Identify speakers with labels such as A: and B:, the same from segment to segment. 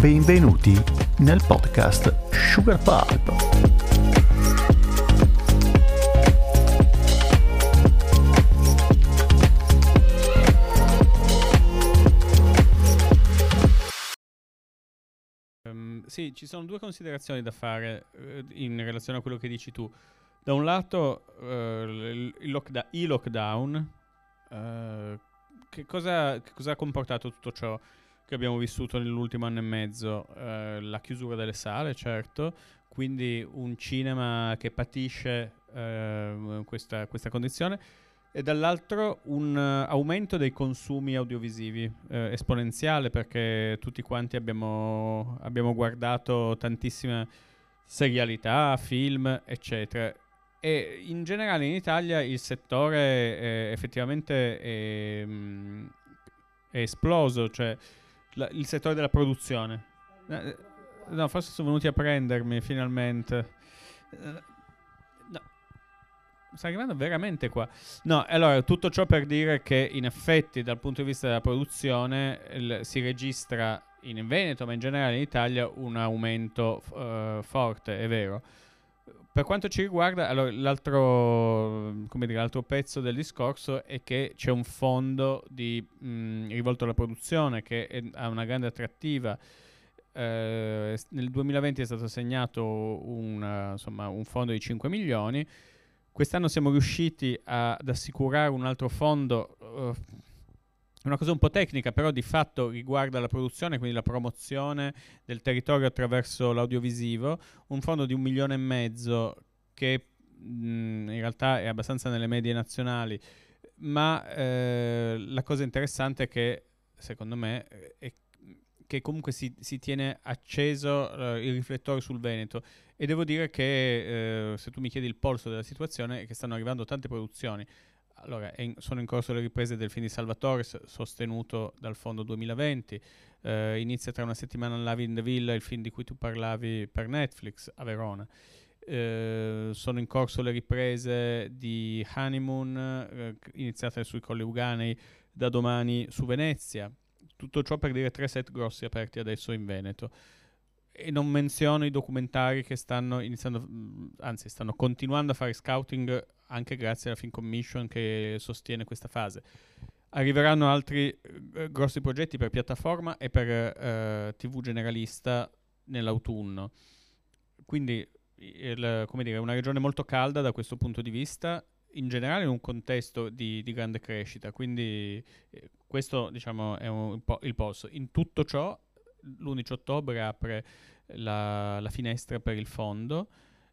A: Benvenuti nel podcast Sugar Pulp.
B: Sì, ci sono due considerazioni da fare in relazione a quello che dici tu. Da un lato i lockdown, che cosa ha comportato tutto ciò che abbiamo vissuto nell'ultimo anno e mezzo? La chiusura delle sale, certo, quindi un cinema che patisce questa condizione, e dall'altro un aumento dei consumi audiovisivi esponenziale, perché tutti quanti abbiamo guardato tantissima serialità, film, eccetera. E in generale in Italia il settore effettivamente è esploso, cioè il settore della produzione. No, forse sono venuti a prendermi finalmente. No, sta arrivando veramente qua. No, allora, tutto ciò per dire che in effetti dal punto di vista della produzione si registra in Veneto, ma in generale in Italia, un aumento forte, è vero. Per quanto ci riguarda, allora, l'altro pezzo del discorso è che c'è un fondo rivolto alla produzione che ha una grande attrattiva. Nel 2020 è stato assegnato un fondo di 5 milioni. Quest'anno siamo riusciti ad assicurare un altro fondo, una cosa un po' tecnica, però di fatto riguarda la produzione, quindi la promozione del territorio attraverso l'audiovisivo, un fondo di 1,5 milioni che in realtà è abbastanza nelle medie nazionali, ma la cosa interessante è che, secondo me, è che comunque si tiene acceso il riflettore sul Veneto, e devo dire che se tu mi chiedi il polso della situazione è che stanno arrivando tante produzioni. Allora, sono in corso le riprese del film di Salvatore, sostenuto dal Fondo 2020. Inizia tra una settimana Live in the Villa, il film di cui tu parlavi per Netflix, a Verona. Sono in corso le riprese di Honeymoon, iniziate sui Colli Euganei, da domani su Venezia. Tutto ciò per dire 3 set grossi aperti adesso in Veneto. E non menziono i documentari che stanno iniziando, anzi stanno continuando a fare scouting anche grazie alla Film Commission che sostiene questa fase. Arriveranno altri grossi progetti per piattaforma e per TV generalista nell'autunno. Quindi è una regione molto calda da questo punto di vista, in generale in un contesto di grande crescita. Quindi questo, diciamo, è un po' il polso. In tutto ciò, l'11 ottobre apre la finestra per il fondo,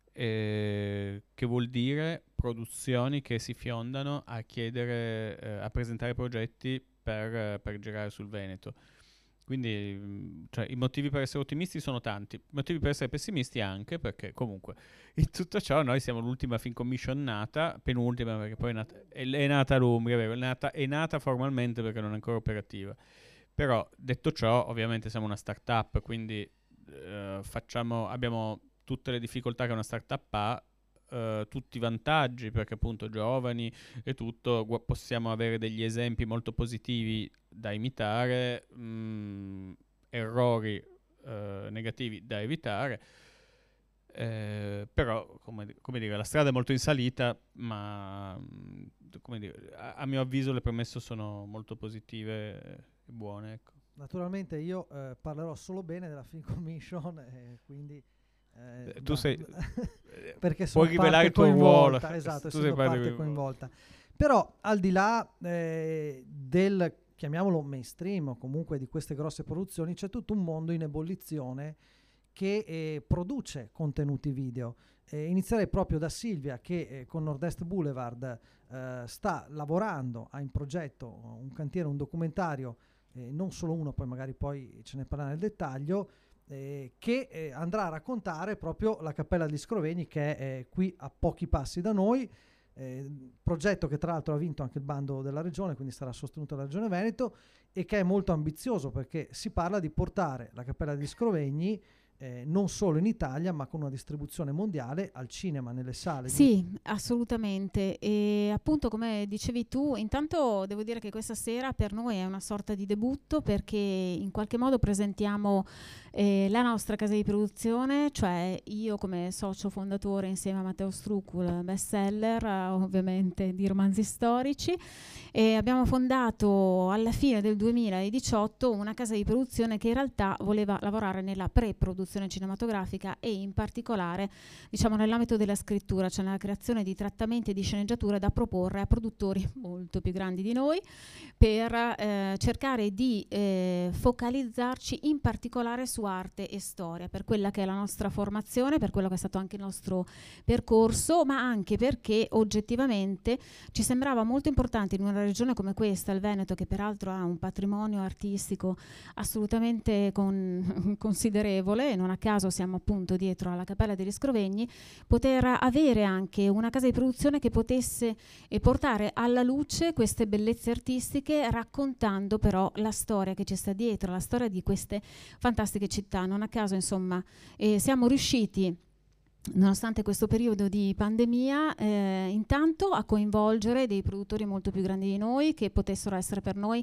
B: che vuol dire produzioni che si fiondano a chiedere, a presentare progetti per girare sul Veneto. Quindi cioè, i motivi per essere ottimisti sono tanti, i motivi per essere pessimisti anche, perché comunque in tutto ciò noi siamo l'ultima Film Commission nata, penultima perché poi è nata l'Umbria, è vero? È nata formalmente perché non è ancora operativa. Però detto ciò, ovviamente siamo una startup, quindi abbiamo tutte le difficoltà che una startup ha, tutti i vantaggi, perché appunto giovani e tutto, possiamo avere degli esempi molto positivi da imitare, errori negativi da evitare. Però come dire, la strada è molto in salita, ma come dire, a mio avviso le premesse sono molto positive e buone, ecco.
C: Naturalmente io parlerò solo bene della Film Commission, quindi
B: tu sei
C: perché sono
B: puoi rivelare il
C: parte
B: tuo ruolo.
C: coinvolta, esatto,
B: Tu
C: essendo
B: sei
C: parte coinvolta. Però al di là del, chiamiamolo mainstream, o comunque di queste grosse produzioni, c'è tutto un mondo in ebollizione che produce contenuti video. Inizierei proprio da Silvia che con Nord-Est Boulevard sta lavorando, ha in progetto un cantiere, un documentario, non solo uno, poi magari poi ce ne parlerà nel dettaglio, che andrà a raccontare proprio la Cappella degli Scrovegni, che è qui a pochi passi da noi, progetto che tra l'altro ha vinto anche il bando della regione, quindi sarà sostenuto dalla regione Veneto, e che è molto ambizioso perché si parla di portare la Cappella degli Scrovegni non solo in Italia, ma con una distribuzione mondiale al cinema, nelle sale.
D: Sì, assolutamente. E appunto, come dicevi tu, intanto devo dire che questa sera per noi è una sorta di debutto, perché in qualche modo presentiamo la nostra casa di produzione, cioè io come socio fondatore insieme a Matteo Struccul, bestseller ovviamente di romanzi storici, e abbiamo fondato alla fine del 2018 una casa di produzione che in realtà voleva lavorare nella pre-produzione cinematografica e in particolare, diciamo, nell'ambito della scrittura, cioè nella creazione di trattamenti e di sceneggiature da proporre a produttori molto più grandi di noi, per cercare di focalizzarci in particolare su arte e storia, per quella che è la nostra formazione, per quello che è stato anche il nostro percorso, ma anche perché oggettivamente ci sembrava molto importante in una regione come questa, il Veneto, che peraltro ha un patrimonio artistico assolutamente considerevole, e non a caso siamo appunto dietro alla Cappella degli Scrovegni, poter avere anche una casa di produzione che potesse portare alla luce queste bellezze artistiche, raccontando però la storia che ci sta dietro, la storia di queste fantastiche città. Non a caso, insomma, siamo riusciti, nonostante questo periodo di pandemia, intanto a coinvolgere dei produttori molto più grandi di noi, che potessero essere per noi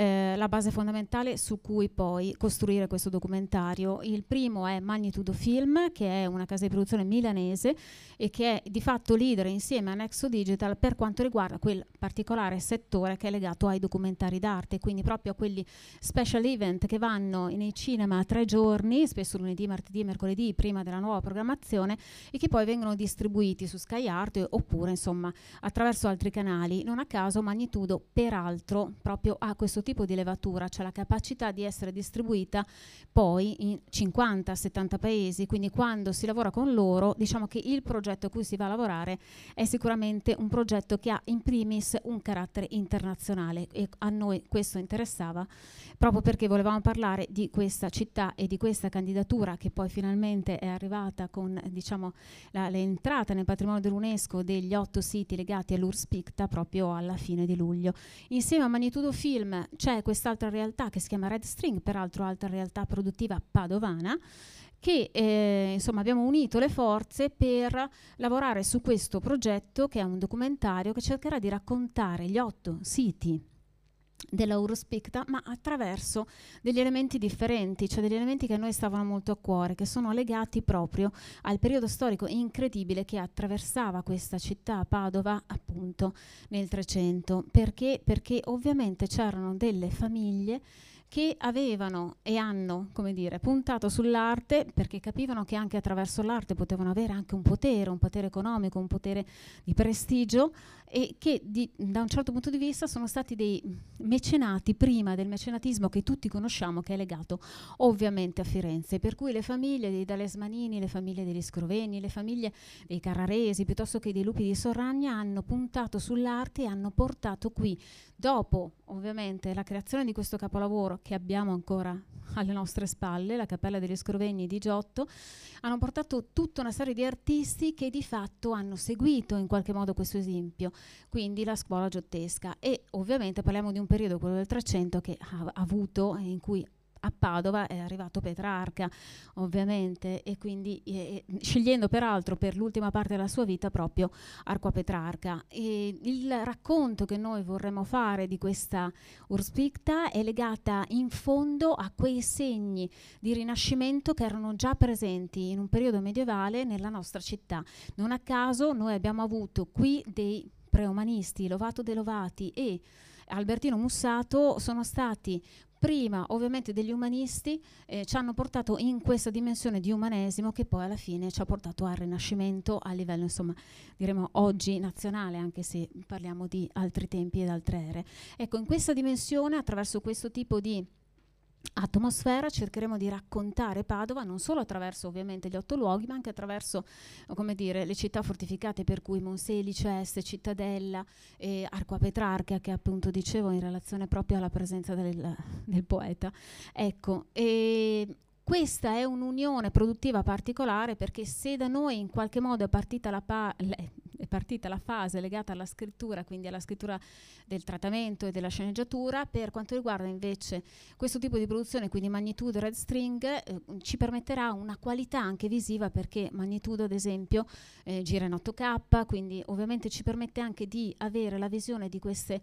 D: la base fondamentale su cui poi costruire questo documentario. Il primo è Magnitudo Film, che è una casa di produzione milanese e che è di fatto leader insieme a Nexo Digital per quanto riguarda quel particolare settore che è legato ai documentari d'arte, quindi proprio a quelli special event che vanno nei cinema 3 giorni, spesso lunedì, martedì e mercoledì, prima della nuova programmazione, e che poi vengono distribuiti su Sky Art oppure insomma attraverso altri canali. Non a caso Magnitudo peraltro proprio ha questo tipo di levatura, cioè la capacità di essere distribuita poi in 50-70 paesi, quindi quando si lavora con loro, diciamo che il progetto a cui si va a lavorare è sicuramente un progetto che ha in primis un carattere internazionale, e a noi questo interessava proprio perché volevamo parlare di questa città e di questa candidatura che poi finalmente è arrivata con, diciamo, l'entrata nel patrimonio dell'UNESCO degli 8 siti legati all'Urs Picta proprio alla fine di luglio. Insieme a Magnitudo Film c'è quest'altra realtà che si chiama Red String, peraltro altra realtà produttiva padovana, che insomma abbiamo unito le forze per lavorare su questo progetto, che è un documentario che cercherà di raccontare gli 8 siti della Urus Picta, ma attraverso degli elementi differenti, cioè degli elementi che a noi stavano molto a cuore, che sono legati proprio al periodo storico incredibile che attraversava questa città, Padova, appunto nel 300. Perché? Perché ovviamente c'erano delle famiglie che avevano e hanno, come dire, puntato sull'arte, perché capivano che anche attraverso l'arte potevano avere anche un potere economico, un potere di prestigio, e che da un certo punto di vista sono stati dei mecenati prima del mecenatismo che tutti conosciamo, che è legato ovviamente a Firenze, per cui le famiglie dei Dalesmanini, le famiglie degli Scrovegni, le famiglie dei Carraresi, piuttosto che dei Lupi di Sorragna, hanno puntato sull'arte e hanno portato qui, dopo ovviamente la creazione di questo capolavoro che abbiamo ancora alle nostre spalle, la Cappella degli Scrovegni di Giotto, hanno portato tutta una serie di artisti che di fatto hanno seguito in qualche modo questo esempio, quindi la scuola giottesca. E ovviamente parliamo di un periodo, quello del 300, che ha avuto, in cui a Padova è arrivato Petrarca, ovviamente, e quindi scegliendo peraltro per l'ultima parte della sua vita proprio Arqua Petrarca. E il racconto che noi vorremmo fare di questa Urs Picta è legata in fondo a quei segni di rinascimento che erano già presenti in un periodo medievale nella nostra città. Non a caso noi abbiamo avuto qui dei preumanisti, Lovato De Lovati e Albertino Mussato, sono stati prima ovviamente degli umanisti, ci hanno portato in questa dimensione di umanesimo che poi alla fine ci ha portato al Rinascimento a livello, insomma, diremo oggi nazionale, anche se parliamo di altri tempi ed altre ere. Ecco, in questa dimensione, attraverso questo tipo di atmosfera, cercheremo di raccontare Padova non solo attraverso ovviamente gli 8 luoghi, ma anche attraverso, come dire, le città fortificate, per cui Monselice, Este, Cittadella, Arqua Petrarca, che appunto dicevo in relazione proprio alla presenza del poeta. Ecco, e questa è un'unione produttiva particolare, perché se da noi in qualche modo è partita è partita la fase legata alla scrittura, quindi alla scrittura del trattamento e della sceneggiatura. Per quanto riguarda invece questo tipo di produzione, quindi Magnitude Red String, ci permetterà una qualità anche visiva, perché Magnitude ad esempio gira in 8K, quindi ovviamente ci permette anche di avere la visione di queste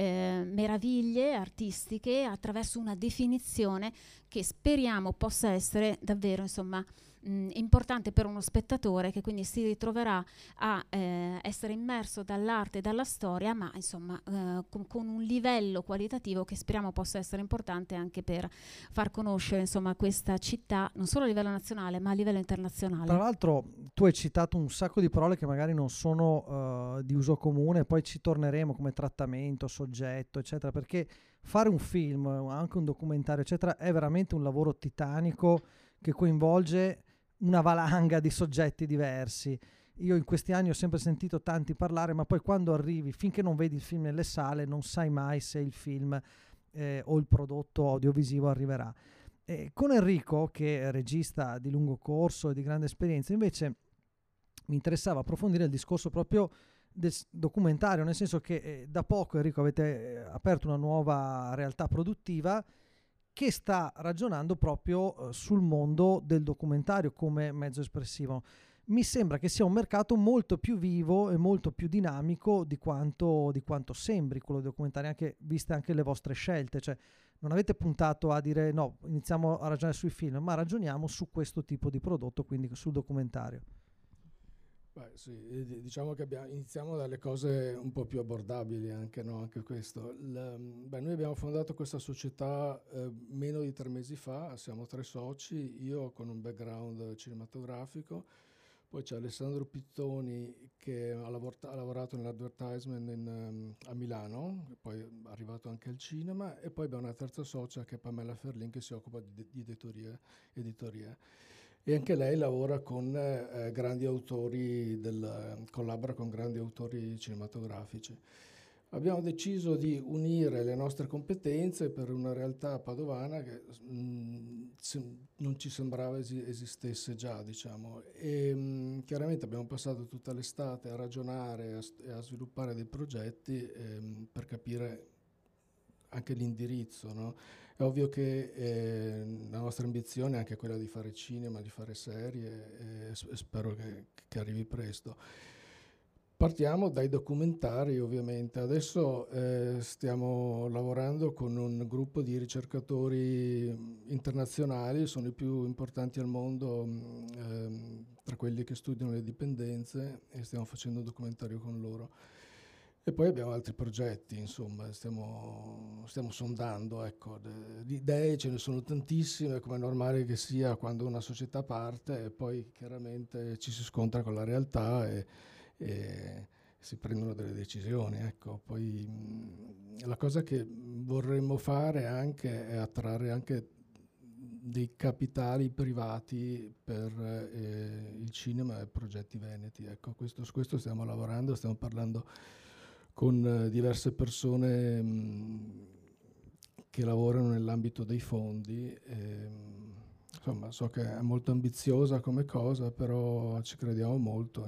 D: meraviglie artistiche attraverso una definizione che speriamo possa essere davvero, insomma, importante per uno spettatore, che quindi si ritroverà a essere immerso dall'arte e dalla storia, ma insomma con un livello qualitativo che speriamo possa essere importante anche per far conoscere, insomma, questa città non solo a livello nazionale ma a livello internazionale.
C: Tra l'altro tu hai citato un sacco di parole che magari non sono di uso comune, poi ci torneremo, come trattamento, soggetto, eccetera, perché fare un film, anche un documentario, eccetera, è veramente un lavoro titanico che coinvolge una valanga di soggetti diversi. Io in questi anni ho sempre sentito tanti parlare, ma poi quando arrivi, finché non vedi il film nelle sale, non sai mai se il film o il prodotto audiovisivo arriverà. Con Enrico, che è regista di lungo corso e di grande esperienza, invece mi interessava approfondire il discorso proprio del documentario, nel senso che da poco, Enrico, avete aperto una nuova realtà produttiva che sta ragionando proprio sul mondo del documentario come mezzo espressivo. Mi sembra che sia un mercato molto più vivo e molto più dinamico di quanto sembri quello dei documentari, anche viste anche le vostre scelte. Cioè, non avete puntato a dire no, iniziamo a ragionare sui film, ma ragioniamo su questo tipo di prodotto, quindi sul documentario.
E: Beh, sì, diciamo che iniziamo dalle cose un po' più abbordabili anche, no? Anche questo. Noi abbiamo fondato questa società meno di 3 mesi fa, siamo 3 soci, io con un background cinematografico, poi c'è Alessandro Pittoni che ha lavorato nell'advertisement a Milano, e poi è arrivato anche al cinema, e poi abbiamo una terza socia che è Pamela Ferlin, che si occupa di editoria. E anche lei lavora con grandi autori, collabora con grandi autori cinematografici. Abbiamo deciso di unire le nostre competenze per una realtà padovana che non ci sembrava esistesse già, diciamo. E chiaramente abbiamo passato tutta l'estate a ragionare e a sviluppare dei progetti per capire anche l'indirizzo, no? È ovvio che la nostra ambizione è anche quella di fare cinema, di fare serie, e spero che arrivi presto. Partiamo dai documentari, ovviamente. Adesso stiamo lavorando con un gruppo di ricercatori internazionali, sono i più importanti al mondo tra quelli che studiano le dipendenze, e stiamo facendo un documentario con loro. E poi abbiamo altri progetti, insomma, stiamo sondando, ecco, di idee ce ne sono tantissime, come è normale che sia quando una società parte, e poi chiaramente ci si scontra con la realtà e si prendono delle decisioni, ecco. Poi la cosa che vorremmo fare anche è attrarre anche dei capitali privati per il cinema e progetti veneti, ecco. Su questo stiamo lavorando, stiamo parlando con diverse persone che lavorano nell'ambito dei fondi. Insomma, so che è molto ambiziosa come cosa, però ci crediamo molto,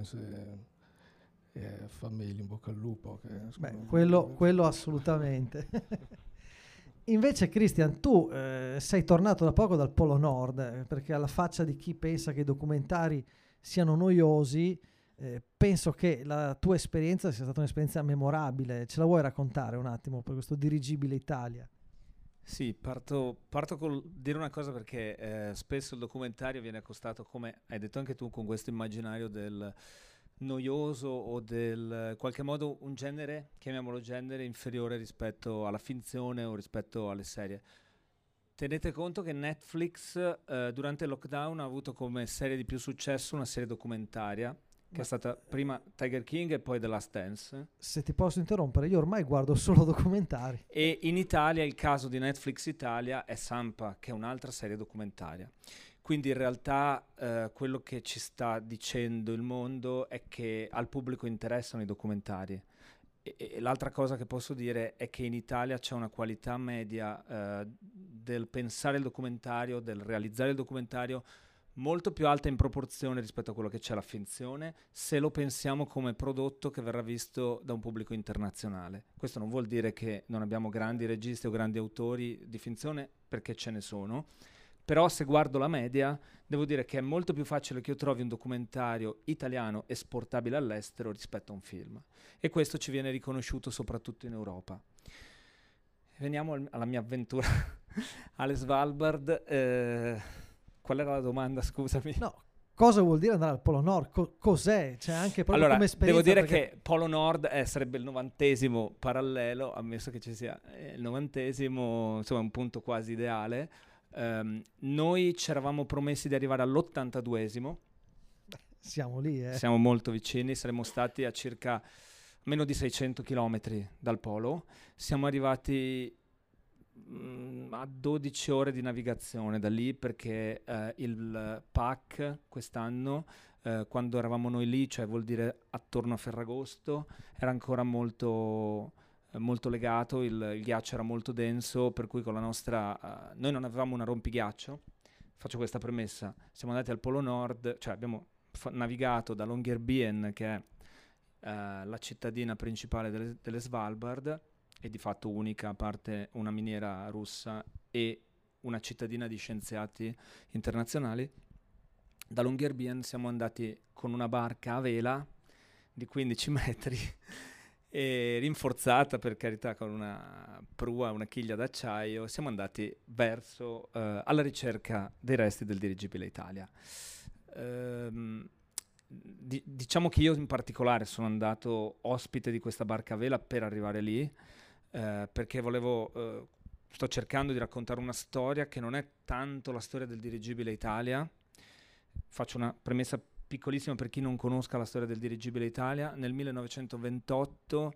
E: fa meglio, in bocca al lupo.
C: Quello assolutamente. Invece, Christian, tu sei tornato da poco dal Polo Nord, perché alla faccia di chi pensa che i documentari siano noiosi, penso che la tua esperienza sia stata un'esperienza memorabile. Ce la vuoi raccontare un attimo per questo dirigibile Italia?
F: Sì, parto col dire una cosa, perché spesso il documentario viene accostato, come hai detto anche tu, con questo immaginario del noioso o del, in qualche modo, un genere, chiamiamolo genere, inferiore rispetto alla finzione o rispetto alle serie. Tenete conto che Netflix durante il lockdown ha avuto come serie di più successo una serie documentaria, che è stata prima Tiger King e poi The Last Dance.
C: Se ti posso interrompere, io ormai guardo solo documentari.
F: E in Italia il caso di Netflix Italia è Sampa, che è un'altra serie documentaria. Quindi in realtà quello che ci sta dicendo il mondo è che al pubblico interessano i documentari. E l'altra cosa che posso dire è che in Italia c'è una qualità media del pensare il documentario, del realizzare il documentario, molto più alta in proporzione rispetto a quello che c'è la finzione, se lo pensiamo come prodotto che verrà visto da un pubblico internazionale. Questo non vuol dire che non abbiamo grandi registi o grandi autori di finzione, perché ce ne sono, però se guardo la media devo dire che è molto più facile che io trovi un documentario italiano esportabile all'estero rispetto a un film, e questo ci viene riconosciuto soprattutto in Europa. Veniamo alla mia avventura alle Svalbard. Qual era la domanda, scusami?
C: No, cosa vuol dire andare al Polo Nord? Cos'è? C'è anche proprio
F: Allora,
C: come esperienza.
F: devo dire
C: perché
F: che Polo Nord sarebbe il 90° parallelo, ammesso che ci sia il 90°, insomma un punto quasi ideale. Noi ci eravamo promessi di arrivare all'82°.
C: siamo lì,
F: Siamo molto vicini, saremmo stati a circa meno di 600 chilometri dal polo. Siamo arrivati a 12 ore di navigazione da lì, perché il PAC quest'anno, quando eravamo noi lì, cioè vuol dire attorno a Ferragosto, era ancora molto legato, il ghiaccio era molto denso, per cui con la nostra noi non avevamo una rompighiaccio. Faccio questa premessa: siamo andati al Polo Nord, cioè abbiamo navigato da Longyearbyen, che è la cittadina principale delle Svalbard, e di fatto unica, a parte una miniera russa e una cittadina di scienziati internazionali. Da Longyearbyen siamo andati con una barca a vela di 15 metri e rinforzata, per carità, con una prua, una chiglia d'acciaio. Siamo andati verso alla ricerca dei resti del dirigibile Italia. Diciamo che io in particolare sono andato ospite di questa barca a vela per arrivare lì, perché sto cercando di raccontare una storia che non è tanto la storia del dirigibile Italia. Faccio una premessa piccolissima per chi non conosca la storia del dirigibile Italia. Nel 1928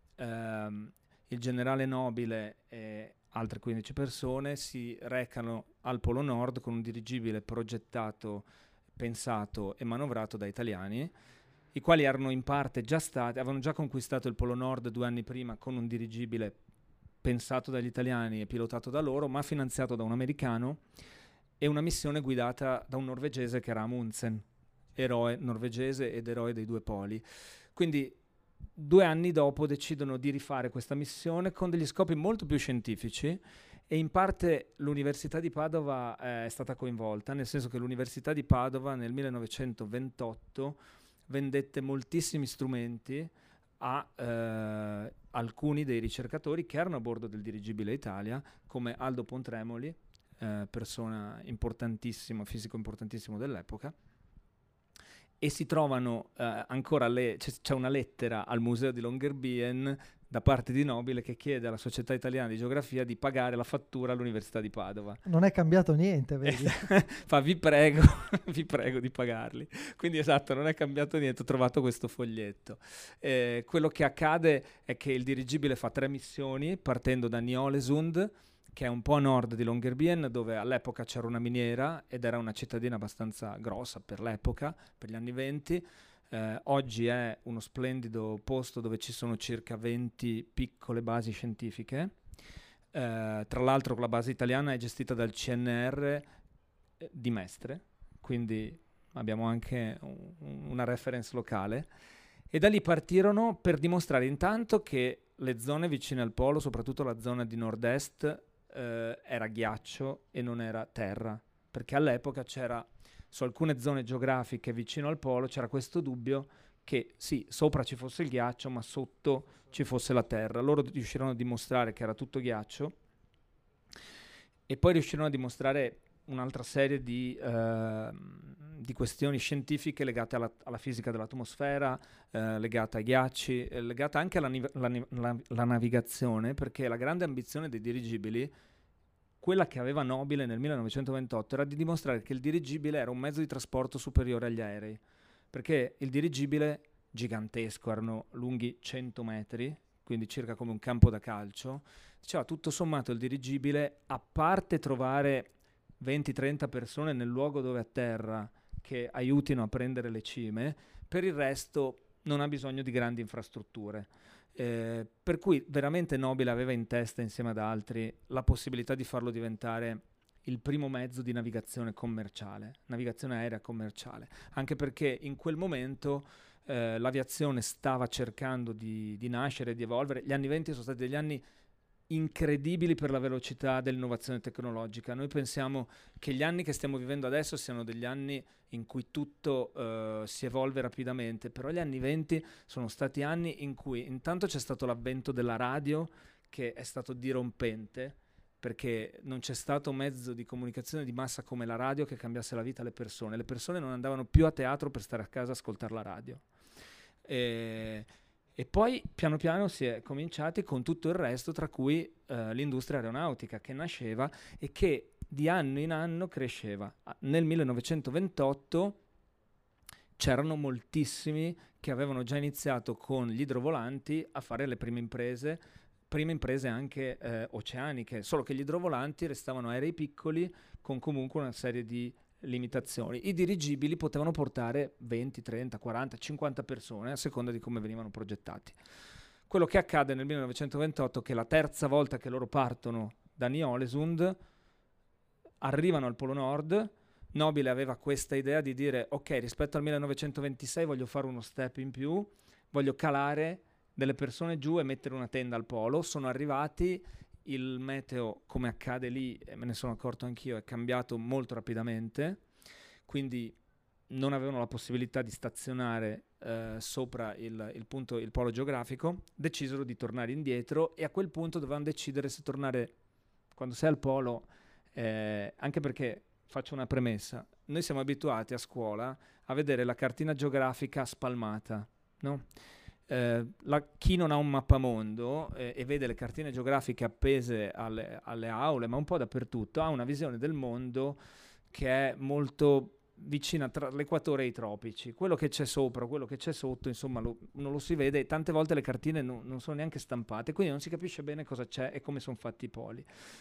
F: il generale Nobile e altre 15 persone si recano al Polo Nord con un dirigibile progettato, pensato e manovrato da italiani, i quali erano in parte avevano già conquistato il Polo Nord 2 anni prima con un dirigibile pensato dagli italiani e pilotato da loro, ma finanziato da un americano, e una missione guidata da un norvegese che era Amundsen, eroe norvegese ed eroe dei due poli. Quindi 2 anni dopo decidono di rifare questa missione con degli scopi molto più scientifici, e in parte l'Università di Padova è stata coinvolta, nel senso che l'Università di Padova nel 1928 vendette moltissimi strumenti a alcuni dei ricercatori che erano a bordo del dirigibile Italia, come Aldo Pontremoli, persona importantissima, fisico importantissimo dell'epoca, e si trovano ancora c'è una lettera al museo di Longyearbyen da parte di Nobile che chiede alla Società Italiana di Geografia di pagare la fattura all'Università di Padova.
C: Non è cambiato niente, vedi?
F: Fa vi prego di pagarli. Quindi esatto, non è cambiato niente, ho trovato questo foglietto. Quello che accade è che il dirigibile fa 3 missioni, partendo da Ny-Ålesund, che è un po' a nord di Longyearbyen, dove all'epoca c'era una miniera ed era una cittadina abbastanza grossa per l'epoca, per gli anni 20. Oggi è uno splendido posto dove ci sono circa 20 piccole basi scientifiche. Tra l'altro la base italiana è gestita dal CNR di Mestre, quindi abbiamo anche una reference locale. E da lì partirono per dimostrare intanto che le zone vicine al polo, soprattutto la zona di nord-est, era ghiaccio e non era terra, perché all'epoca c'era, su alcune zone geografiche vicino al polo, c'era questo dubbio che sì, sopra ci fosse il ghiaccio, ma sotto ci fosse la terra. Loro riuscirono a dimostrare che era tutto ghiaccio, e poi riuscirono a dimostrare un'altra serie di questioni scientifiche legate alla fisica dell'atmosfera, legate ai ghiacci, legate anche alla navigazione, perché la grande ambizione dei dirigibili, quella che aveva Nobile nel 1928, era di dimostrare che il dirigibile era un mezzo di trasporto superiore agli aerei, perché il dirigibile, gigantesco, erano lunghi 100 metri, quindi circa come un campo da calcio, diceva tutto sommato il dirigibile, a parte trovare 20-30 persone nel luogo dove atterra che aiutino a prendere le cime, per il resto non ha bisogno di grandi infrastrutture. Per cui veramente Nobile aveva in testa, insieme ad altri, la possibilità di farlo diventare il primo mezzo di navigazione commerciale, navigazione aerea commerciale, anche perché in quel momento l'aviazione stava cercando di nascere, di evolvere. Gli anni 20 sono stati degli anni incredibili per la velocità dell'innovazione tecnologica. Noi pensiamo che gli anni che stiamo vivendo adesso siano degli anni in cui tutto si evolve rapidamente, però gli anni 20 sono stati anni in cui intanto c'è stato l'avvento della radio, che è stato dirompente, perché non c'è stato un mezzo di comunicazione di massa come la radio che cambiasse la vita alle persone. Le persone non andavano più a teatro per stare a casa a ascoltare la radio. E poi piano piano si è cominciati con tutto il resto, tra cui l'industria aeronautica che nasceva e che di anno in anno cresceva. Nel 1928 c'erano moltissimi che avevano già iniziato con gli idrovolanti a fare le prime imprese anche oceaniche, solo che gli idrovolanti restavano aerei piccoli con comunque una serie di limitazioni. I dirigibili potevano portare 20, 30, 40, 50 persone a seconda di come venivano progettati. Quello che accade nel 1928 è che la terza volta che loro partono da Ny-Ålesund arrivano al Polo Nord. Nobile aveva questa idea di dire: ok, rispetto al 1926 voglio fare uno step in più, voglio calare delle persone giù e mettere una tenda al polo. Sono arrivati, il meteo, come accade lì, me ne sono accorto anch'io, è cambiato molto rapidamente, quindi non avevano la possibilità di stazionare sopra il polo geografico. Decisero di tornare indietro e a quel punto dovevano decidere se tornare quando sei al polo, anche perché, faccio una premessa, noi siamo abituati a scuola a vedere la cartina geografica spalmata, no? Chi non ha un mappamondo e vede le cartine geografiche appese alle aule, ma un po' dappertutto, ha una visione del mondo che è molto vicina tra l'equatore e i tropici. Quello che c'è sopra, quello che c'è sotto, insomma, non lo si vede, e tante volte le cartine non sono neanche stampate, quindi non si capisce bene cosa c'è e come sono fatti i poli.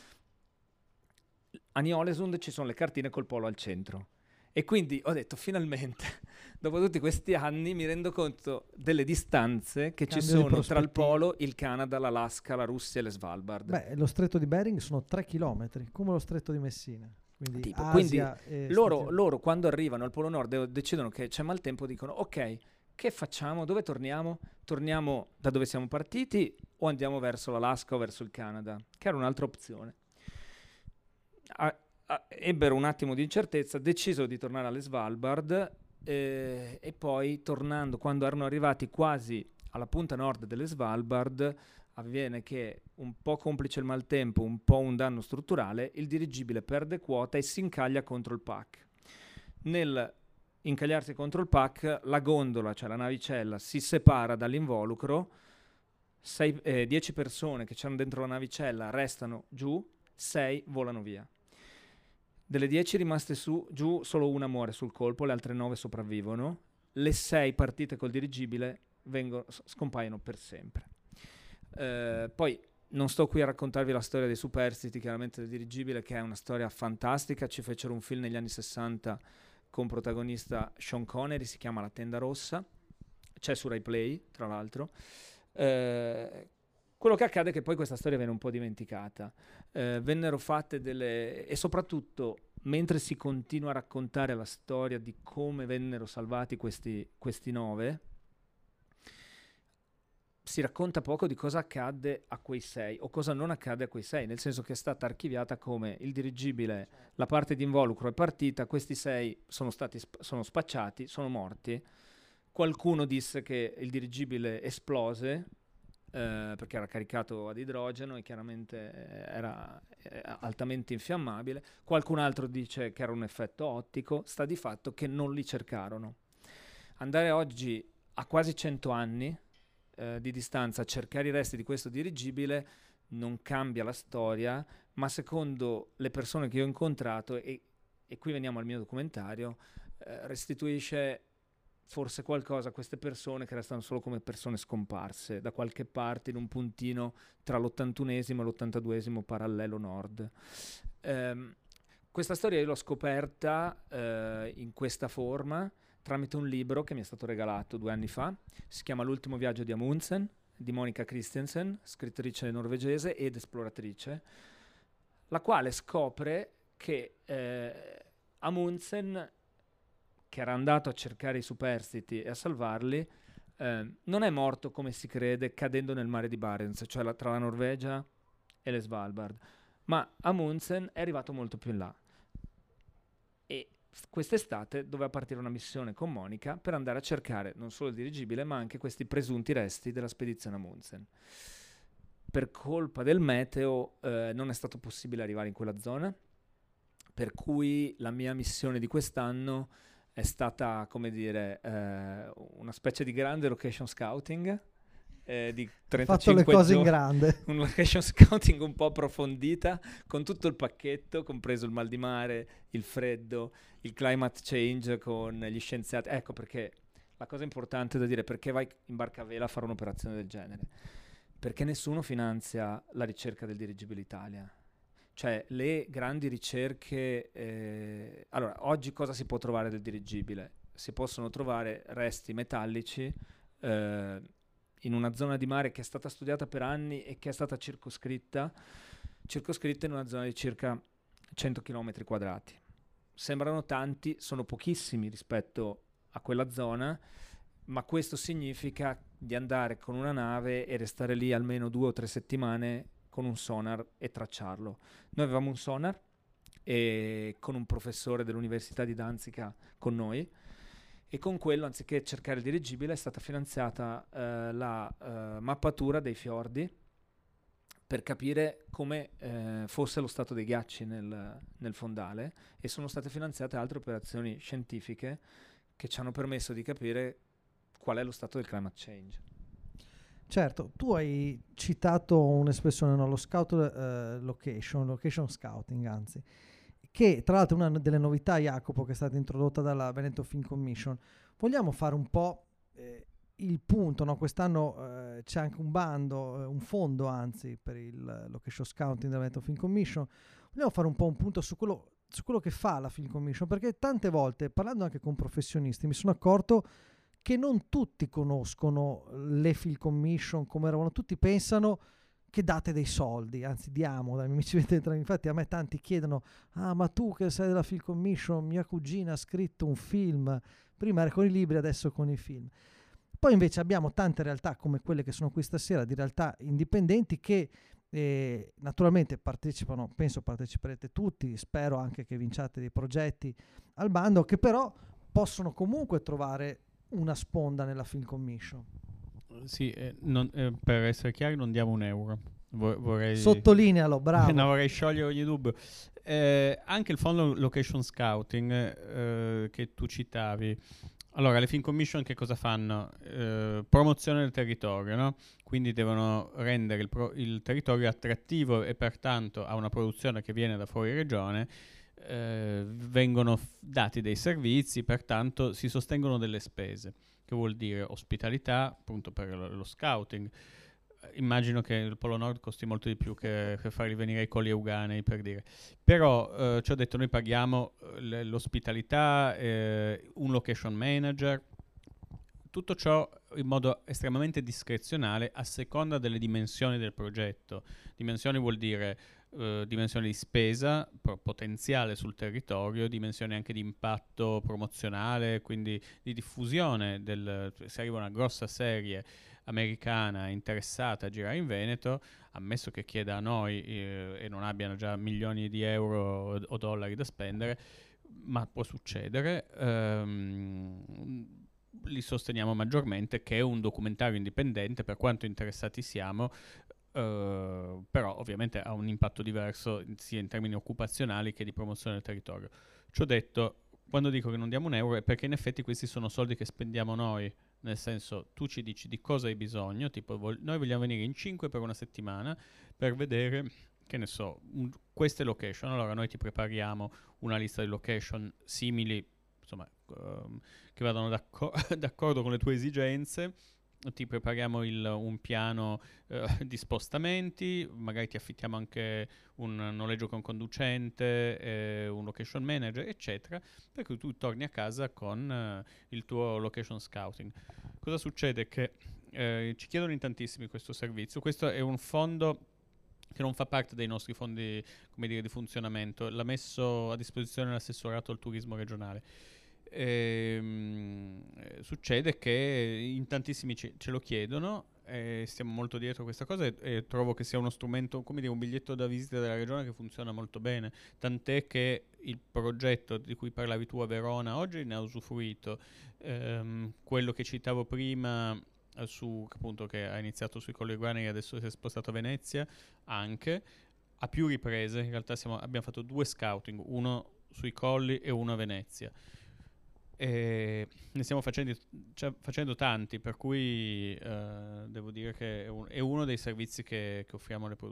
F: A Ny-Ålesund ci sono le cartine col polo al centro. E quindi ho detto, finalmente, dopo tutti questi anni, mi rendo conto delle distanze che ci sono tra il Polo, il Canada, l'Alaska, la Russia e le Svalbard.
C: Beh, lo stretto di Bering sono 3 chilometri, come lo stretto di Messina. Quindi,
F: quindi loro quando arrivano al Polo Nord e decidono che c'è maltempo, dicono: ok, che facciamo? Dove torniamo? Torniamo da dove siamo partiti o andiamo verso l'Alaska o verso il Canada? Che era un'altra opzione. Ebbero un attimo di incertezza, decisero di tornare alle Svalbard e poi, tornando, quando erano arrivati quasi alla punta nord delle Svalbard, avviene che, un po' complice il maltempo, un po' un danno strutturale, il dirigibile perde quota e si incaglia contro il pack. Nel incagliarsi contro il pack, la gondola, cioè la navicella, si separa dall'involucro, 10 persone che c'erano dentro la navicella restano giù, 6 volano via. Delle 10 rimaste giù, solo una muore sul colpo, le altre 9 sopravvivono. Le 6 partite col dirigibile scompaiono per sempre. Poi non sto qui a raccontarvi la storia dei superstiti, chiaramente del dirigibile, che è una storia fantastica. Ci fecero un film negli anni 60 con protagonista Sean Connery, si chiama La tenda rossa, c'è su Rai Play, tra l'altro. Quello che accade è che poi questa storia viene un po' dimenticata. Vennero fatte e soprattutto, mentre si continua a raccontare la storia di come vennero salvati questi 9, si racconta poco di cosa accadde a quei 6 o cosa non accade a quei 6, nel senso che è stata archiviata come il dirigibile, la parte di involucro è partita, questi 6 sono spacciati, sono morti. Qualcuno disse che il dirigibile esplose, perché era caricato ad idrogeno e chiaramente era altamente infiammabile. Qualcun altro dice che era un effetto ottico. Sta di fatto che non li cercarono. Andare oggi, a quasi 100 anni di distanza, a cercare i resti di questo dirigibile non cambia la storia, ma secondo le persone che io ho incontrato, e qui veniamo al mio documentario, restituisce forse qualcosa a queste persone che restano solo come persone scomparse da qualche parte in un puntino tra l'81esimo e l'82esimo parallelo nord. Questa storia io l'ho scoperta in questa forma tramite un libro che mi è stato regalato 2 anni fa. Si chiama L'ultimo viaggio di Amundsen, di Monica Christensen, scrittrice norvegese ed esploratrice, la quale scopre che Amundsen, che era andato a cercare i superstiti e a salvarli, non è morto come si crede cadendo nel mare di Barents, cioè tra la Norvegia e le Svalbard, ma Amundsen è arrivato molto più in là e quest'estate doveva partire una missione con Monica per andare a cercare non solo il dirigibile ma anche questi presunti resti della spedizione Amundsen. Per colpa del meteo non è stato possibile arrivare in quella zona, per cui la mia missione di quest'anno è stata, come dire, una specie di grande location scouting di 35
C: fatto le cose
F: giorni,
C: in grande.
F: un location scouting un po' approfondita, con tutto il pacchetto, compreso il mal di mare, il freddo, il climate change con gli scienziati. Ecco perché la cosa importante da dire, perché vai in barca a vela a fare un'operazione del genere? Perché nessuno finanzia la ricerca del dirigibile Italia. Cioè, le grandi ricerche... allora, oggi cosa si può trovare del dirigibile? Si possono trovare resti metallici in una zona di mare che è stata studiata per anni e che è stata circoscritta in una zona di circa 100 km quadrati. Sembrano tanti, sono pochissimi rispetto a quella zona, ma questo significa di andare con una nave e restare lì almeno 2 o 3 settimane con un sonar e tracciarlo. Noi avevamo un sonar e con un professore dell'Università di Danzica con noi, e con quello, anziché cercare il dirigibile, è stata finanziata la mappatura dei fiordi per capire come fosse lo stato dei ghiacci nel fondale, e sono state finanziate altre operazioni scientifiche che ci hanno permesso di capire qual è lo stato del climate change.
C: Certo, tu hai citato un'espressione, no? Lo scout location scouting, anzi, che tra l'altro è una delle novità, Jacopo, che è stata introdotta dalla Veneto Film Commission. Vogliamo fare un po' il punto, no? Quest'anno c'è anche un bando, un fondo anzi, per il location scouting della Veneto Film Commission. Vogliamo fare un po' un punto su quello che fa la Film Commission, perché tante volte, parlando anche con professionisti, mi sono accorto che non tutti conoscono le Film Commission come eravamo. Tutti pensano che date dei soldi, anzi diamo, dai miei amici, infatti a me tanti chiedono: ah, ma tu che sei della Film Commission, mia cugina ha scritto un film, prima era con i libri, adesso con i film. Poi invece abbiamo tante realtà come quelle che sono qui stasera, di realtà indipendenti che naturalmente partecipano, penso parteciperete tutti, spero anche che vinciate dei progetti al bando, che però possono comunque trovare una sponda nella Film Commission.
B: Sì, per essere chiari non diamo un euro. Vorrei
C: sottolinealo, bravo.
B: No, vorrei sciogliere ogni dubbio. Anche il fondo location scouting che tu citavi. Allora, le Film Commission che cosa fanno? Promozione del territorio, no? Quindi devono rendere il territorio attrattivo e pertanto a una produzione che viene da fuori regione vengono dati dei servizi, pertanto si sostengono delle spese, che vuol dire ospitalità, appunto per lo scouting. Immagino che il Polo Nord costi molto di più che farli venire ai Colli Euganei, per dire. Però, ci ho detto, noi paghiamo l'ospitalità, un location manager, tutto ciò in modo estremamente discrezionale a seconda delle dimensioni del progetto. Dimensioni vuol dire dimensioni di spesa potenziale sul territorio, dimensioni anche di impatto promozionale, quindi di diffusione se arriva una grossa serie americana interessata a girare in Veneto, ammesso che chieda a noi e non abbiano già milioni di euro o dollari da spendere, ma può succedere, li sosteniamo maggiormente che un documentario indipendente, per quanto interessati siamo, però ovviamente ha un impatto diverso sia in termini occupazionali che di promozione del territorio. Ci ho detto, quando dico che non diamo un euro è perché in effetti questi sono soldi che spendiamo noi, nel senso tu ci dici di cosa hai bisogno, tipo noi vogliamo venire in 5 per una settimana per vedere, che ne so, queste location, allora noi ti prepariamo una lista di location simili, insomma, che vadano d'accordo con le tue esigenze, ti prepariamo un piano di spostamenti, magari ti affittiamo anche un noleggio con conducente, un location manager, eccetera, per cui tu torni a casa con il tuo location scouting. Cosa succede? Che ci chiedono in tantissimi questo servizio. Questo è un fondo che non fa parte dei nostri fondi, come dire, di funzionamento, l'ha messo a disposizione l'assessorato al turismo regionale. Succede che in tantissimi ce lo chiedono, stiamo molto dietro a questa cosa e trovo che sia uno strumento, come dire, un biglietto da visita della regione che funziona molto bene, tant'è che il progetto di cui parlavi tu a Verona oggi ne ha usufruito, quello che citavo prima appunto, che ha iniziato sui Colli Urbani e adesso si è spostato a Venezia, anche a più riprese. In realtà abbiamo fatto 2 scouting, uno sui Colli e uno a Venezia, e ne stiamo facendo tanti, per cui devo dire che è uno dei servizi che offriamo alle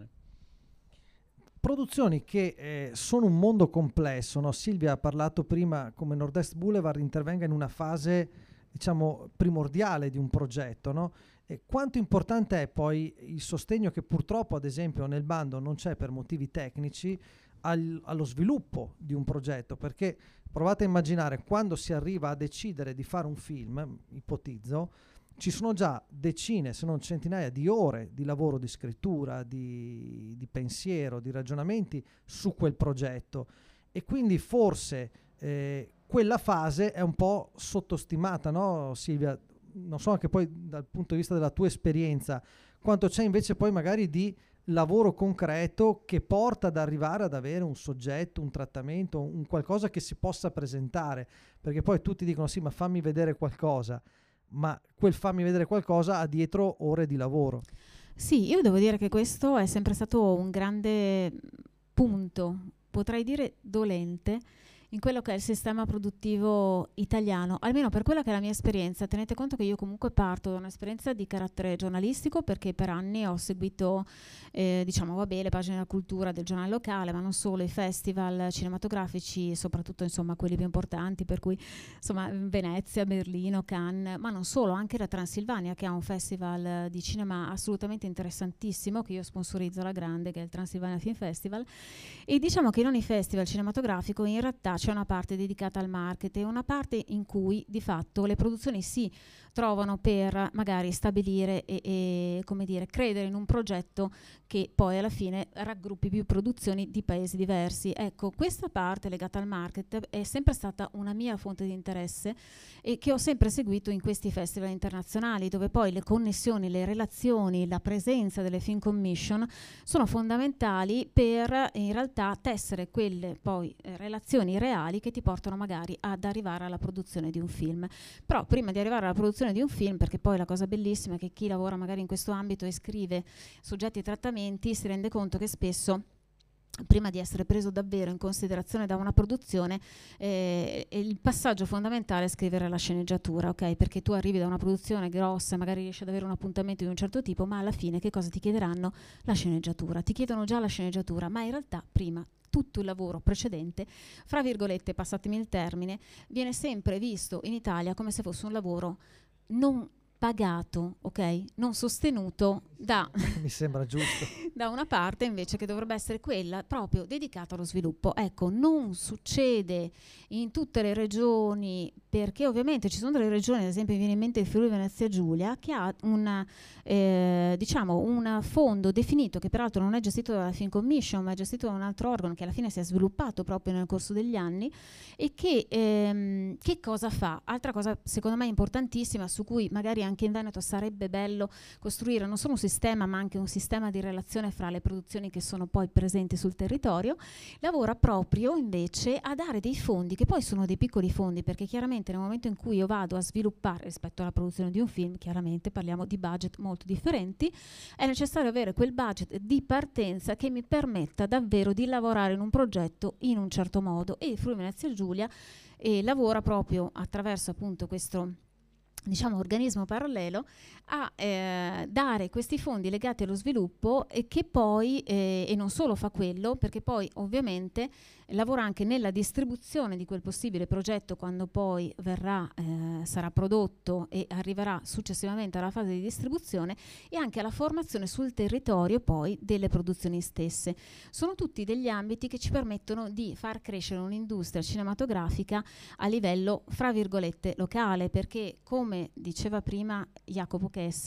C: produzioni che sono un mondo complesso, no? Silvia ha parlato prima come Nord-Est Boulevard intervenga in una fase, diciamo, primordiale di un progetto, no? E quanto importante è poi il sostegno che purtroppo, ad esempio, nel bando non c'è per motivi tecnici allo sviluppo di un progetto, perché provate a immaginare, quando si arriva a decidere di fare un film, ipotizzo, ci sono già decine, se non centinaia di ore di lavoro, di scrittura, di pensiero, di ragionamenti su quel progetto, e quindi forse quella fase è un po' sottostimata, no Silvia? Non so anche poi dal punto di vista della tua esperienza, quanto c'è invece poi magari di lavoro concreto che porta ad arrivare ad avere un soggetto, un trattamento, un qualcosa che si possa presentare, perché poi tutti dicono sì, ma fammi vedere qualcosa, ma quel fammi vedere qualcosa ha dietro ore di lavoro.
D: Sì, io devo dire che questo è sempre stato un grande punto, potrei dire dolente, in quello che è il sistema produttivo italiano, almeno per quella che è la mia esperienza. Tenete conto che io comunque parto da un'esperienza di carattere giornalistico, perché per anni ho seguito le pagine della cultura del giornale locale, ma non solo, i festival cinematografici, soprattutto insomma quelli più importanti, per cui insomma Venezia, Berlino, Cannes, ma non solo, anche la Transilvania, che ha un festival di cinema assolutamente interessantissimo che io sponsorizzo alla grande, che è il Transilvania Film Festival. E diciamo che in ogni festival cinematografico in realtà c'è una parte dedicata al marketing, una parte in cui di fatto le produzioni si trovano per magari stabilire e come dire, credere in un progetto che poi alla fine raggruppi più produzioni di paesi diversi. Ecco, questa parte legata al market è sempre stata una mia fonte di interesse e che ho sempre seguito in questi festival internazionali, dove poi le connessioni, le relazioni, la presenza delle film commission sono fondamentali per in realtà tessere quelle poi relazioni reali che ti portano magari ad arrivare alla produzione di un film. Però prima di arrivare alla produzione di un film, perché poi la cosa bellissima è che chi lavora magari in questo ambito e scrive soggetti e trattamenti si rende conto che spesso prima di essere preso davvero in considerazione da una produzione, il passaggio fondamentale è scrivere la sceneggiatura, ok? Perché tu arrivi da una produzione grossa, magari riesci ad avere un appuntamento di un certo tipo, ma alla fine che cosa ti chiederanno? La sceneggiatura. Ti chiedono già la sceneggiatura, ma in realtà prima tutto il lavoro precedente, fra virgolette, passatemi il termine, viene sempre visto in Italia come se fosse un lavoro non pagato, ok? Non sostenuto da
C: mi sembra giusto
D: da una parte invece che dovrebbe essere quella proprio dedicata allo sviluppo. Ecco, non succede in tutte le regioni, perché ovviamente ci sono delle regioni, ad esempio mi viene in mente il Friuli Venezia Giulia, che ha un fondo definito, che peraltro non è gestito dalla Film Commission, ma è gestito da un altro organo che alla fine si è sviluppato proprio nel corso degli anni, e che cosa fa? Altra cosa secondo me importantissima, su cui magari anche in Veneto sarebbe bello costruire non solo un sistema, ma anche un sistema di relazione fra le produzioni che sono poi presenti sul territorio. Lavora proprio invece a dare dei fondi, che poi sono dei piccoli fondi, perché chiaramente nel momento in cui io vado a sviluppare rispetto alla produzione di un film, chiaramente parliamo di budget molto differenti, è necessario avere quel budget di partenza che mi permetta davvero di lavorare in un progetto in un certo modo. E il Friuli Venezia Giulia lavora proprio attraverso appunto questo organismo parallelo a dare questi fondi legati allo sviluppo, e che poi e non solo fa quello, perché poi ovviamente lavora anche nella distribuzione di quel possibile progetto quando poi sarà prodotto e arriverà successivamente alla fase di distribuzione, e anche alla formazione sul territorio poi delle produzioni stesse. Sono tutti degli ambiti che ci permettono di far crescere un'industria cinematografica a livello fra virgolette locale, perché come diceva prima Jacopo Chessa,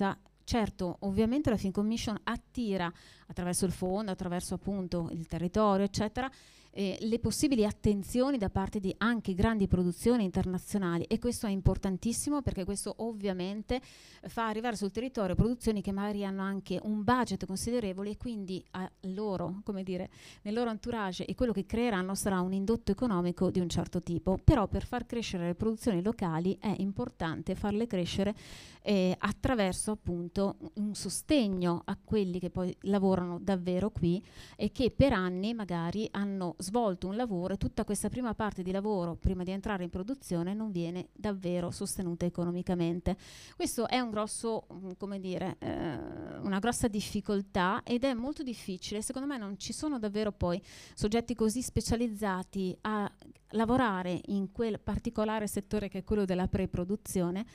D: Certo, ovviamente la Film Commission attira attraverso il fondo, attraverso appunto il territorio, eccetera, le possibili attenzioni da parte di anche grandi produzioni internazionali, e questo è importantissimo perché questo ovviamente fa arrivare sul territorio produzioni che magari hanno anche un budget considerevole e quindi a loro, come dire, nel loro entourage, e quello che creeranno sarà un indotto economico di un certo tipo. Però per far crescere le produzioni locali è importante farle crescere attraverso appunto un sostegno a quelli che poi lavorano davvero qui e che per anni magari hanno svolto un lavoro, e tutta questa prima parte di lavoro prima di entrare in produzione non viene davvero sostenuta economicamente. Questo è un grosso, come dire, una grossa difficoltà, ed è molto difficile. Secondo me non ci sono davvero poi soggetti così specializzati a lavorare in quel particolare settore che è quello della pre-produzione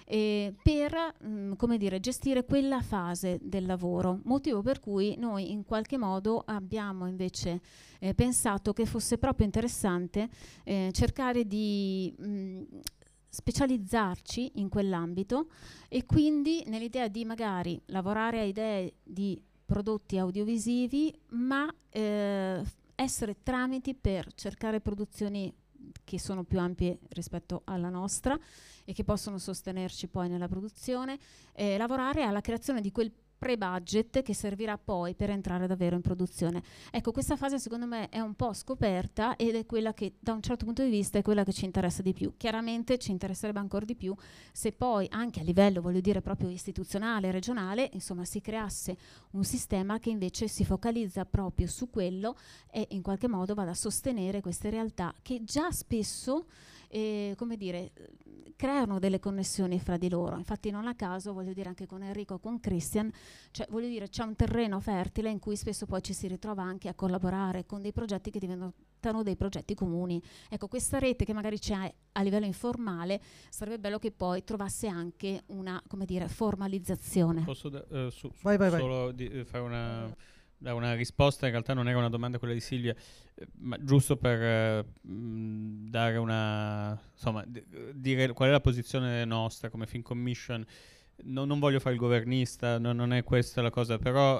D: per come dire, gestire quella fase del lavoro, motivo per cui noi in qualche modo abbiamo invece pensato che fosse proprio interessante cercare di specializzarci in quell'ambito, e quindi nell'idea di magari lavorare a idee di prodotti audiovisivi, ma essere tramiti per cercare produzioni che sono più ampie rispetto alla nostra e che possono sostenerci poi nella produzione, lavorare alla creazione di quel pre-budget che servirà poi per entrare davvero in produzione. Ecco, questa fase secondo me è un po' scoperta, ed è quella che da un certo punto di vista è quella che ci interessa di più. Chiaramente ci interesserebbe ancora di più se poi anche a livello, voglio dire, proprio istituzionale, regionale, insomma, si creasse un sistema che invece si focalizza proprio su quello e in qualche modo vada a sostenere queste realtà che già spesso come dire, creano delle connessioni fra di loro. Infatti non a caso, voglio dire, anche con Enrico, con Christian, cioè voglio dire, c'è un terreno fertile in cui spesso poi ci si ritrova anche a collaborare con dei progetti che diventano dei progetti comuni. Ecco, questa rete che magari c'è a livello informale, sarebbe bello che poi trovasse anche una, come dire, formalizzazione.
B: Posso
C: vai.
B: solo fare una risposta, in realtà non era una domanda quella di Silvia, ma giusto per dare una, insomma, dire qual è la posizione nostra come Film Commission. Non voglio fare il governista, non è questa la cosa, però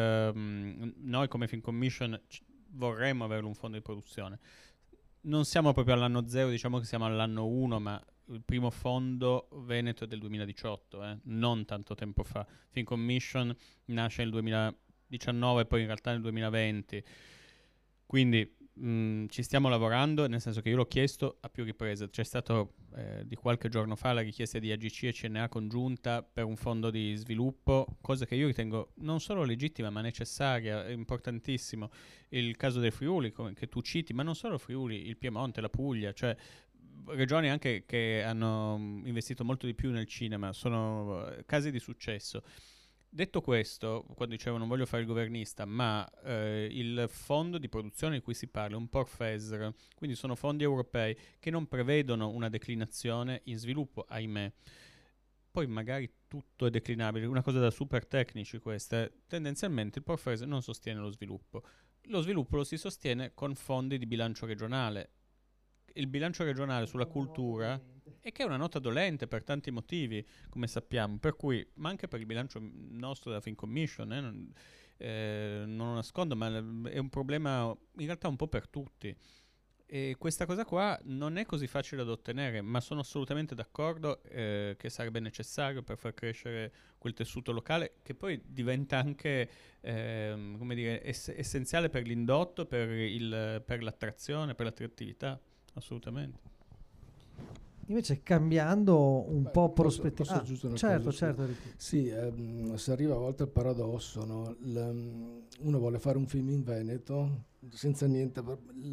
B: noi come Film Commission vorremmo avere un fondo di produzione. Non siamo proprio all'anno 0, diciamo che siamo all'anno 1, ma il primo fondo Veneto è del 2018, non tanto tempo fa. Film Commission nasce nel 2019 e poi in realtà nel 2020, quindi ci stiamo lavorando, nel senso che io l'ho chiesto a più riprese. C'è stato di qualche giorno fa la richiesta di AGC e CNA congiunta per un fondo di sviluppo, cosa che io ritengo non solo legittima ma necessaria, è importantissimo. Il caso del Friuli che tu citi, ma non solo Friuli, il Piemonte, la Puglia, cioè regioni anche che hanno investito molto di più nel cinema, sono casi di successo. Detto questo, quando dicevo non voglio fare il governista, ma il fondo di produzione di cui si parla è un PORFESR, quindi sono fondi europei che non prevedono una declinazione in sviluppo, ahimè. Poi magari tutto è declinabile, una cosa da super tecnici questa. Tendenzialmente il PORFESR non sostiene lo sviluppo lo si sostiene con fondi di bilancio regionale. Il bilancio regionale sulla cultura e che è una nota dolente per tanti motivi, come sappiamo, per cui, ma anche per il bilancio nostro della Film Commission, non lo nascondo, ma è un problema in realtà un po' per tutti. E questa cosa qua non è così facile da ottenere, ma sono assolutamente d'accordo che sarebbe necessario per far crescere quel tessuto locale, che poi diventa anche come dire, essenziale per l'indotto, per l'attrazione, per l'attrattività, assolutamente.
C: Invece cambiando un po' prospettiva.
E: Posso aggiungere una
C: certo,
E: cosa?
C: certo.
E: Sì, si arriva a volte al paradosso, no? Uno vuole fare un film in Veneto senza niente,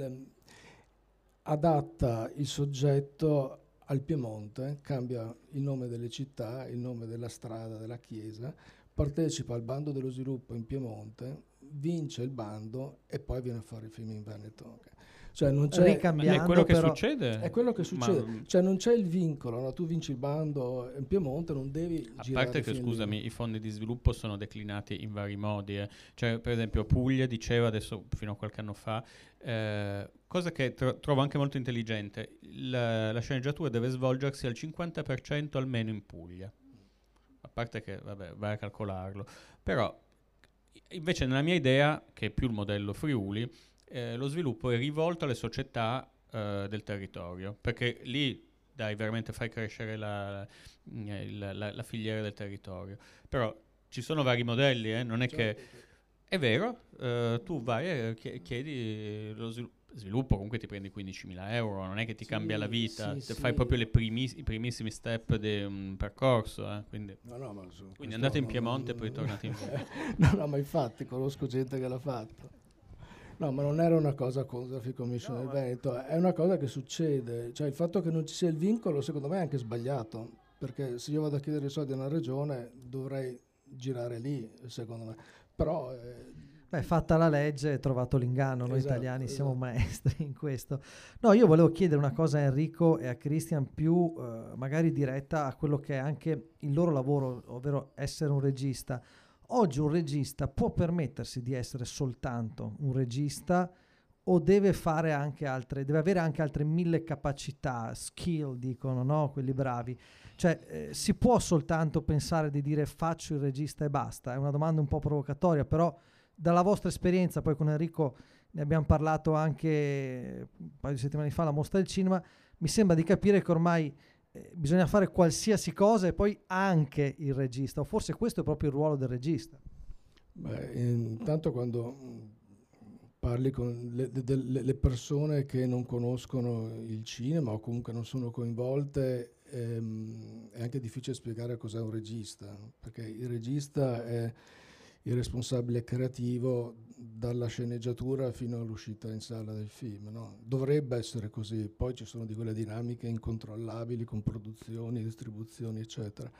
E: adatta il soggetto al Piemonte, cambia il nome delle città, il nome della strada, della chiesa, partecipa al bando dello sviluppo in Piemonte, vince il bando e poi viene a fare il film in Veneto. Okay. Cioè non c'è,
B: è quello che succede.
E: È quello che succede. Cioè non c'è il vincolo, no? Tu vinci il bando in Piemonte, non devi girare.
B: A parte che, scusami, i fondi di sviluppo sono declinati in vari modi. Cioè, per esempio, Puglia diceva adesso, fino a qualche anno fa, cosa che trovo anche molto intelligente, la sceneggiatura deve svolgersi al 50% almeno in Puglia. parte che vabbè, vai a calcolarlo, però invece nella mia idea, che è più il modello Friuli, lo sviluppo è rivolto alle società del territorio, perché lì veramente fai crescere la filiera del territorio. Però ci sono vari modelli, non è che... È vero, tu vai e chiedi lo sviluppo, comunque ti prendi 15.000 euro, non è che ti cambia la vita, fai proprio i primissimi step di un percorso. Quindi quindi andate in Piemonte e poi tornate in
E: No, ma infatti conosco gente che l'ha fatto. No, ma non era una cosa con la Traffic Commission del Veneto, è una cosa che succede. Cioè il fatto che non ci sia il vincolo secondo me è anche sbagliato, perché se io vado a chiedere i soldi a una regione dovrei girare lì, secondo me. Però...
C: fatta la legge è trovato l'inganno, noi
E: Esatto,
C: italiani siamo maestri in questo. No, io volevo chiedere una cosa a Enrico e a Christian più magari diretta a quello che è anche il loro lavoro, ovvero essere un regista. Oggi un regista può permettersi di essere soltanto un regista o deve fare anche deve avere anche altre 1000 capacità, skill, dicono, no? Quelli bravi. Cioè, si può soltanto pensare di dire faccio il regista e basta? È una domanda un po' provocatoria, però dalla vostra esperienza, poi con Enrico ne abbiamo parlato anche un paio di settimane fa alla Mostra del Cinema, mi sembra di capire che ormai bisogna fare qualsiasi cosa e poi anche il regista, o forse questo è proprio il ruolo del regista.
E: Intanto quando parli con le persone che non conoscono il cinema o comunque non sono coinvolte, è anche difficile spiegare cos'è un regista, perché il regista è il responsabile creativo dalla sceneggiatura fino all'uscita in sala del film, no? Dovrebbe essere così, poi ci sono di quelle dinamiche incontrollabili con produzioni, distribuzioni, eccetera.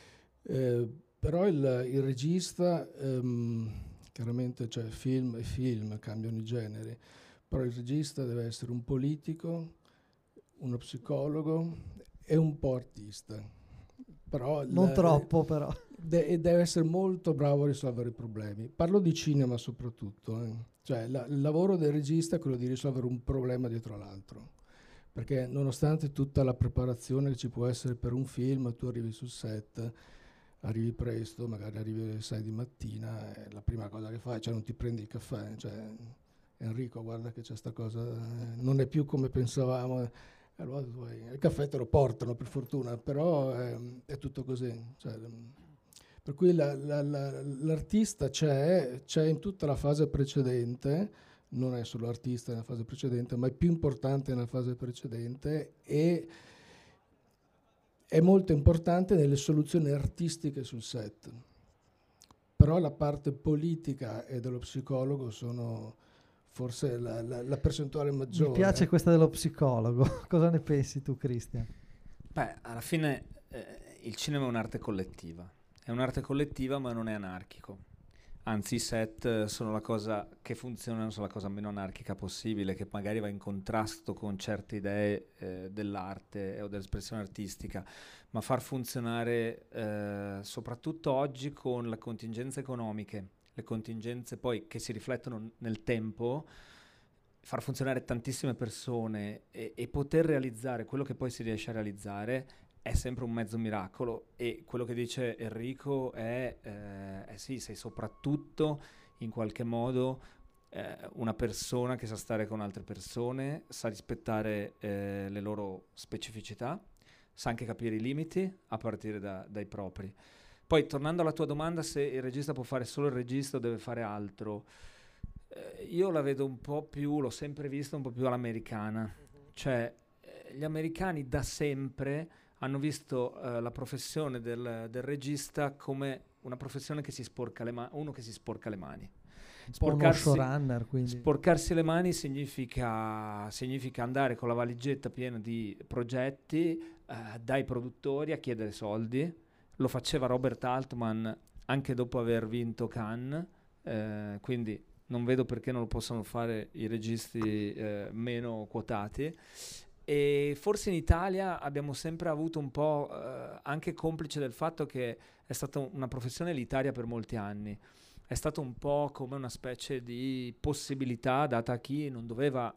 E: Però il regista, chiaramente cioè film e film cambiano i generi, però il regista deve essere un politico, uno psicologo e un po' artista. Però
C: non troppo però.
E: Deve essere molto bravo a risolvere i problemi. Parlo di cinema soprattutto. Cioè il lavoro del regista è quello di risolvere un problema dietro l'altro. Perché nonostante tutta la preparazione che ci può essere per un film, tu arrivi sul set, arrivi presto, magari arrivi alle 6 di mattina e la prima cosa che fai, cioè non ti prendi il caffè. Cioè, Enrico, guarda che c'è sta cosa, non è più come pensavamo. Allora, il caffè te lo portano per fortuna, però è tutto così. Cioè, per cui l'artista c'è in tutta la fase precedente, non è solo artista nella fase precedente, ma è più importante nella fase precedente e è molto importante nelle soluzioni artistiche sul set. Però la parte politica e dello psicologo sono forse la percentuale maggiore.
C: Mi piace questa dello psicologo. Cosa ne pensi tu, Christian?
F: Beh, alla fine il cinema è un'arte collettiva. È un'arte collettiva ma non è anarchico. Anzi, i set sono la cosa che funzionano, sono la cosa meno anarchica possibile, che magari va in contrasto con certe idee dell'arte o dell'espressione artistica, ma far funzionare, soprattutto oggi con le contingenze economiche, le contingenze poi che si riflettono nel tempo, far funzionare tantissime persone e poter realizzare quello che poi si riesce a realizzare è sempre un mezzo miracolo. E quello che dice Enrico è sì, sei soprattutto in qualche modo una persona che sa stare con altre persone, sa rispettare le loro specificità, sa anche capire i limiti a partire dai propri. Poi, tornando alla tua domanda, se il regista può fare solo il regista o deve fare altro, io la vedo un po' più, l'ho sempre vista un po' più all'americana. Cioè, gli americani da sempre hanno visto la professione del regista come una professione che si sporca le mani, uno che si sporca le mani.
C: Showrunner, quindi.
F: Sporcarsi le mani significa andare con la valigetta piena di progetti dai produttori a chiedere soldi. Lo faceva Robert Altman anche dopo aver vinto Cannes, quindi non vedo perché non lo possano fare i registi meno quotati. E forse in Italia abbiamo sempre avuto un po', anche complice del fatto che è stata una professione elitaria per molti anni. È stato un po' come una specie di possibilità data a chi non doveva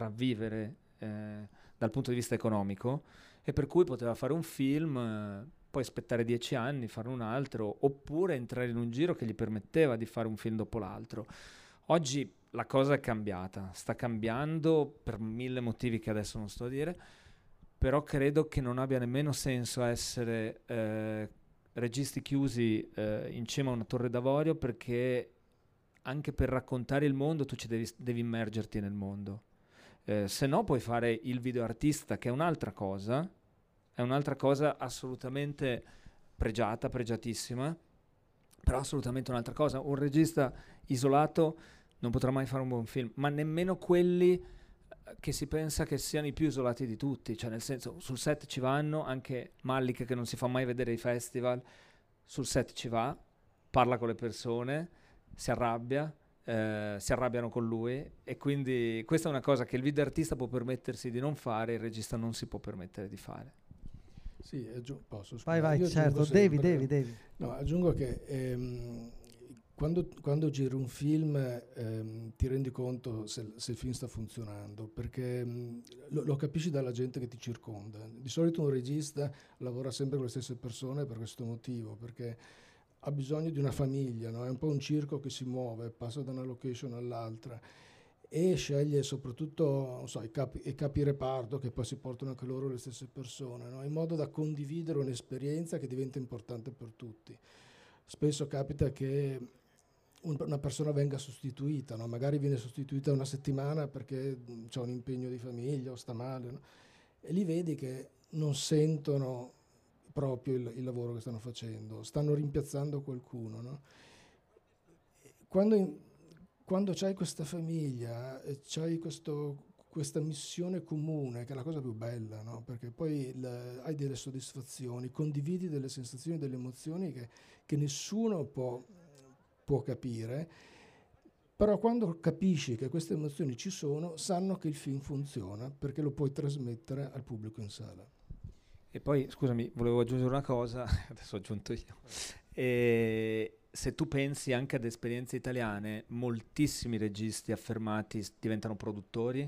F: sopravvivere dal punto di vista economico, e per cui poteva fare un film poi aspettare 10 anni, fare un altro, oppure entrare in un giro che gli permetteva di fare un film dopo l'altro. Oggi la cosa è cambiata, sta cambiando per 1000 motivi che adesso non sto a dire, però credo che non abbia nemmeno senso essere registi chiusi in cima a una torre d'avorio, perché anche per raccontare il mondo tu devi immergerti nel mondo. Se no puoi fare il videoartista, che è un'altra cosa assolutamente pregiatissima, però assolutamente un'altra cosa. Un regista isolato non potrà mai fare un buon film, ma nemmeno quelli che si pensa che siano i più isolati di tutti, cioè nel senso, sul set ci vanno, anche Malik che non si fa mai vedere ai festival, sul set ci va, parla con le persone, si arrabbiano con lui, e quindi questa è una cosa che il video artista può permettersi di non fare, il regista non si può permettere di fare.
E: Sì, posso, scusa.
C: Vai, certo, devi.
E: No, aggiungo che quando giri un film ti rendi conto se il film sta funzionando, perché lo capisci dalla gente che ti circonda. Di solito un regista lavora sempre con le stesse persone per questo motivo, perché ha bisogno di una famiglia, no? È un po' un circo che si muove, passa da una location all'altra, e sceglie soprattutto, non so, i capi reparto, che poi si portano anche loro le stesse persone, no? In modo da condividere un'esperienza che diventa importante per tutti. Spesso capita che una persona venga sostituita, no? Magari viene sostituita una settimana perché c'è un impegno di famiglia o sta male, no? E li vedi che non sentono proprio il lavoro che stanno facendo, stanno rimpiazzando qualcuno, no? Quando c'hai questa famiglia, c'hai questa missione comune, che è la cosa più bella, no? Perché poi hai delle soddisfazioni, condividi delle sensazioni, delle emozioni che nessuno può capire, però quando capisci che queste emozioni ci sono, sanno che il film funziona, perché lo puoi trasmettere al pubblico in sala.
F: E poi, scusami, volevo aggiungere una cosa, adesso ho aggiunto io. Se tu pensi anche ad esperienze italiane, moltissimi registi affermati diventano produttori,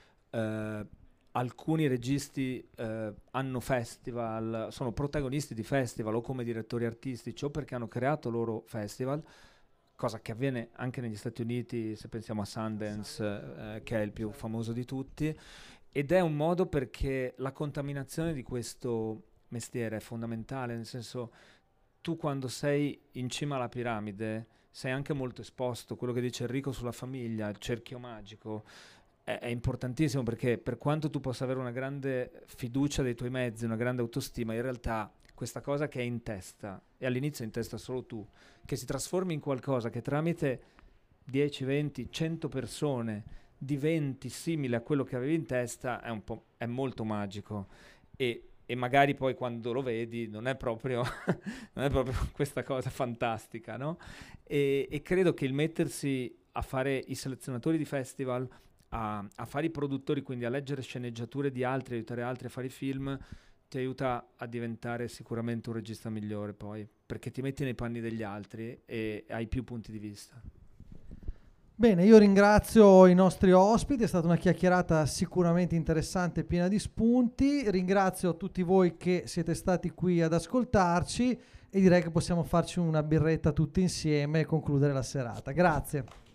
F: alcuni registi hanno festival, sono protagonisti di festival o come direttori artistici o perché hanno creato loro festival, cosa che avviene anche negli Stati Uniti, se pensiamo a Sundance, che è il più famoso di tutti, ed è un modo perché la contaminazione di questo mestiere è fondamentale, nel senso, tu quando sei in cima alla piramide sei anche molto esposto. Quello che dice Enrico sulla famiglia, il cerchio magico, è importantissimo, perché per quanto tu possa avere una grande fiducia dei tuoi mezzi, una grande autostima, in realtà questa cosa che è in testa, e all'inizio è in testa solo tu, che si trasformi in qualcosa che tramite 10, 20, 100 persone diventi simile a quello che avevi in testa, è molto magico, e magari poi quando lo vedi non è proprio questa cosa fantastica, no? E credo che il mettersi a fare i selezionatori di festival, a fare i produttori, quindi a leggere sceneggiature di altri, aiutare altri a fare i film, ti aiuta a diventare sicuramente un regista migliore poi, perché ti metti nei panni degli altri e hai più punti di vista.
C: Bene, io ringrazio i nostri ospiti, è stata una chiacchierata sicuramente interessante, piena di spunti. Ringrazio tutti voi che siete stati qui ad ascoltarci e direi che possiamo farci una birretta tutti insieme e concludere la serata. Grazie.